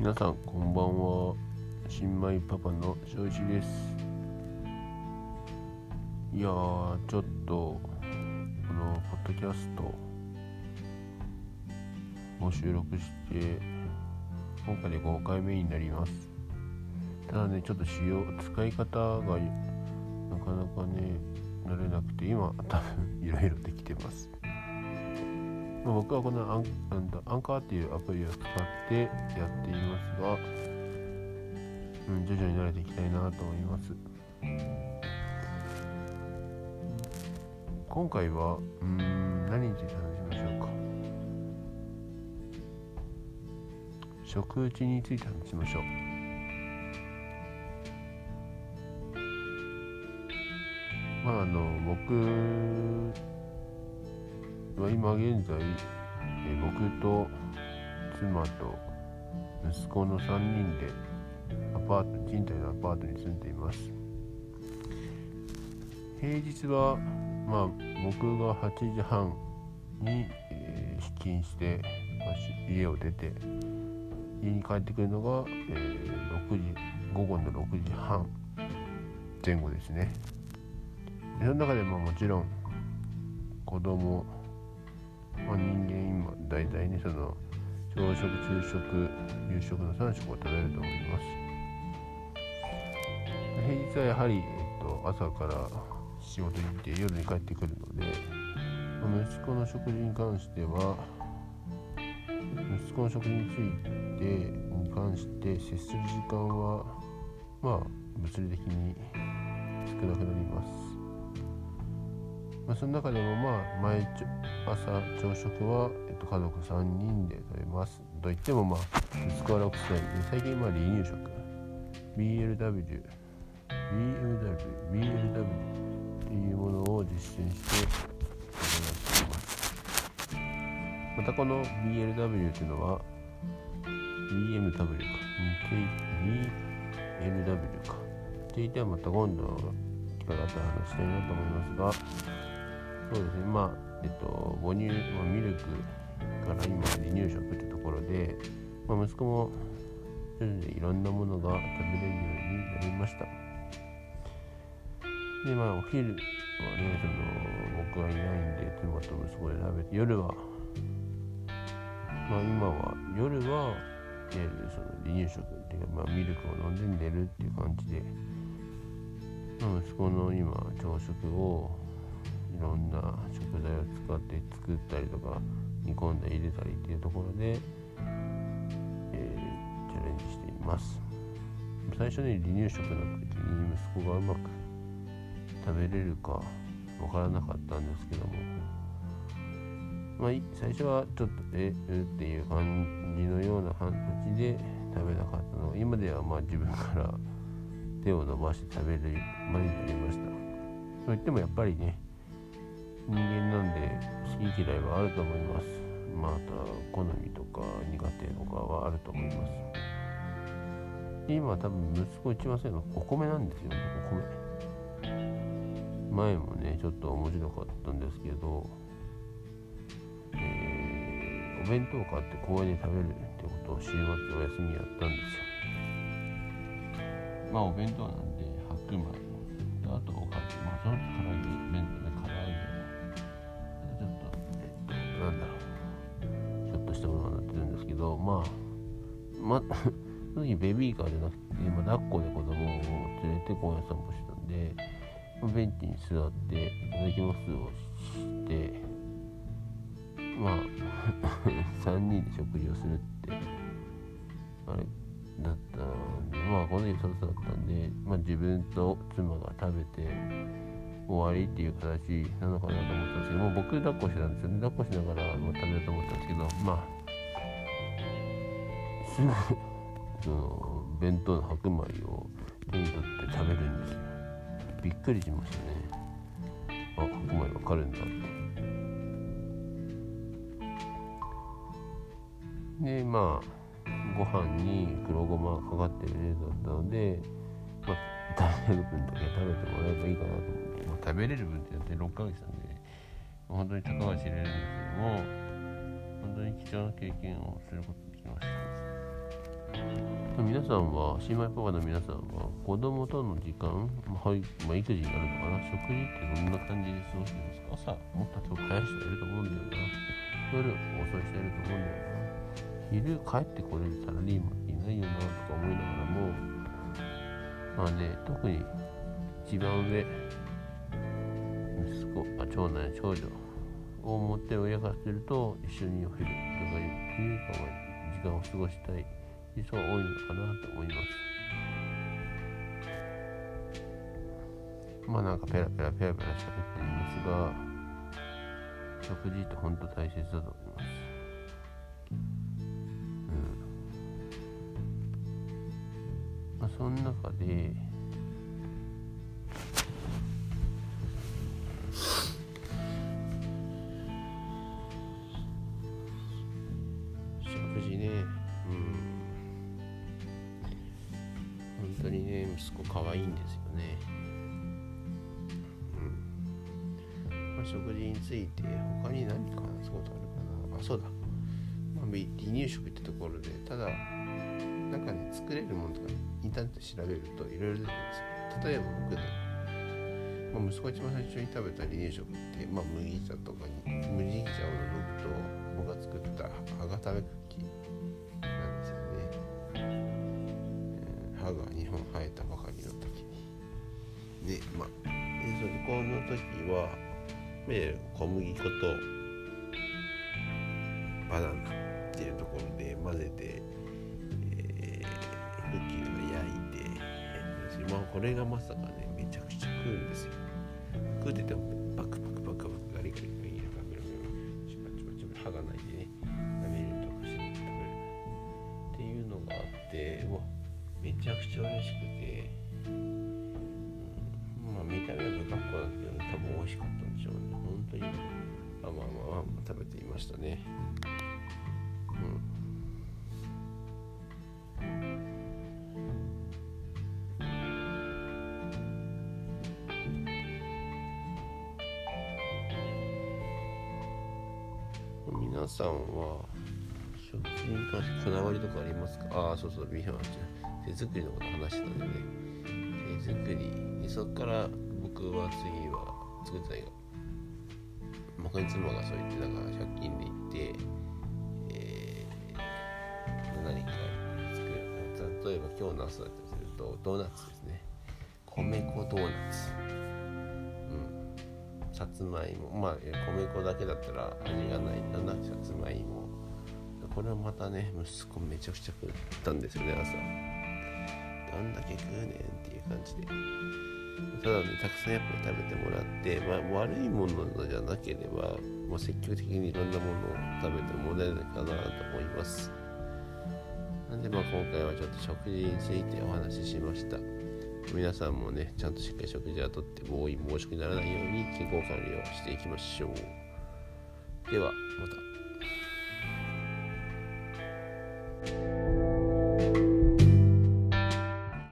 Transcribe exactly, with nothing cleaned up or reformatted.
皆さんこんばんは。新米パパの庄司です。いやーちょっとこのポッドキャストを収録して今回でごかいめになります。ただねちょっと使用使い方がなかなかね慣れなくて今多分いろいろできてます。まあ、僕はこのアン、アンカーっていうアプリを使ってやっていますが、うん、徐々に慣れていきたいなと思います。今回はうーん何について話しましょうか。食打ちについて話しましょう。まああの僕は今現在え僕と妻と息子のさんにんでアパート賃貸のアパートに住んでいます。平日はまあ僕がはちじはんに、えー、出勤して、まあ、家を出て家に帰ってくるのが、えー、ろくじ午後のろくじはん前後ですね。その中でももちろん子供、まあ、人間今大体ねその朝食昼食夕食のさん食を食べると思います。平日はやはり、えっと、朝から仕事に行って夜に帰ってくるので、まあ、息子の食事に関しては息子の食事についてに関して接する時間はまあ物理的に少なくなります。まあ、その中でもまあ毎朝朝食は、えっと、家族さんにんで食べますといってもまあ息子はろくさいで最近まあ離乳食 ビーエルダブリュー ビーエムダブリュー ビーエルダブリュー というものを実践して行っています。またこの ビーエルダブリュー というのは ビーエムダブリュー か ビーエルダブリュー かといってはまた今度機会があったら話したいなと思いますが、そうですね、まあ、えっと、母乳、まあ、ミルクから今離乳食というところで、まあ、息子も徐々にいろんなものが食べれるようになりました。で、まあ、お昼はね、その僕はいないんで、妻と息子で食べて、夜は、まあ今は、夜は、いわゆるその離乳食っていうか、まあミルクを飲んで寝るっていう感じで、まあ、息子の今、朝食を、いろんな食材を使って作ったりとか煮込んだり入れたりっていうところで、えー、チャレンジしています。最初に離乳食の時に息子がうまく食べれるかわからなかったんですけども、まあ、最初はちょっとえうっていう感じのような形で食べなかったのが今ではまあ自分から手を伸ばして食べるまでになりました。といってもやっぱりね人間なんで好き嫌いはあると思います。また好みとか苦手とかはあると思います。今は多分息子一番最後のお米なんですよね。お米前もねちょっと面白かったんですけど、えー、お弁当を買って公園で食べるってことを週末お休みやったんですよ。まあお弁当なんで白米とあとおかず、まあその唐揚げ弁当で唐揚げちょっと、えっと、なんだろう、ちょっとしたものになってるんですけど、まあ、ま、その時ベビーカーじゃなくて、まあ、抱っこで子供を連れて公園散歩してたんで、まあ、ベンチに座っていただきますをして、まあ、さんにんで食事をするって、あれだったんで、まあ、この時そうだったんで、まあ、自分と妻が食べて、終わりっていう形なのかなと思ったんですけども、僕抱っこしてたんですよね。抱っこしながらもう食べようと思ったんですけど、まあすぐその弁当の白米を手に取って食べるんですよ。びっくりしましたね。あ、白米わかるんだって。で、まあご飯に黒ごまがかかってる例だったので、まあ食べる分だけ食べてもらえばいいかなと思って、まあ、食べれる分ってやってろっかげつなんで、本当にたかが知れるんですけども、本当に貴重な経験をすることができました。 皆さんは、新米パパの皆さんは、子供との時間、まあ、まあ、育児になるのかな、食事ってどんな感じで過ごしてますか？朝、もっと今日早い人いると思うんだよな。夜、遅い人いると思うんだよな。昼帰ってこれるサラリーマンいないよなとか思いながらも、まあね、特に一番上、息子、あ、長男や長女を持って親からすると、一緒にお昼とかいうか、時間を過ごしたい人が多いのかなと思います。まあなんかペラペラペラペラ喋っていますが、食事って本当大切だと思います。うん。まあその中で、食事ね、うん。本当にね、息子可愛いんですよね。食事について他に何か話すことあるかな。あ、そうだ、まあ、離乳食ってところで、ただなんかね、作れるものとか、ね、インターネットで調べるといろいろ出てくるんですよ。例えば僕ね、まあ、息子が一番最初に食べた離乳食って、まあ、麦茶とかに麦茶を除くと僕が作った歯がためクッキーなんですよね、えー、歯がにほん生えたばかりの時にで、まあ、でそこの時は小麦粉とバナナっていうところで混ぜて、えー、クッキーを焼いて、えー、まあこれがまさかね、めちゃくちゃ食うんですよ。食うててもバクバクバクバクガリガリガリガリガリガリチュパチュパチュパ歯がないでね、舐めるとかして食べるっていうのがあって、うわめちゃくちゃ美味しくて、うん、まあ見た目は不格好なんですけど、ね、多分美味しかったんでしょうね。本当にまあまあまあ食べていましたね。うん、皆さんは食事に関してこだわりとかありますか？ああ、そうそう、ビーフン手作りのこと話してたんでね。手作り、そっから僕は次は作ってないが、僕に妻がそう言って、なんかひゃく均で行って、えー、何か作る。例えば今日の朝だったりするとドーナツですね。米粉ドーナツ、うん、さつまいも、まあ米粉だけだったら味がないんだな、さつまいも。これはまたね、息子めちゃくちゃ食ったんですよね、朝。どんだけ食うねんっていう感じで。ただね、たくさんやっぱり食べてもらって、まあ、悪いものじゃなければ、もう積極的にいろんなものを食べてもらえるかなと思います。なんでまあ今回はちょっと食事についてお話ししました。皆さんもね、ちゃんとしっかり食事をとって暴飲暴食にならないように健康管理をしていきましょう。ではまた。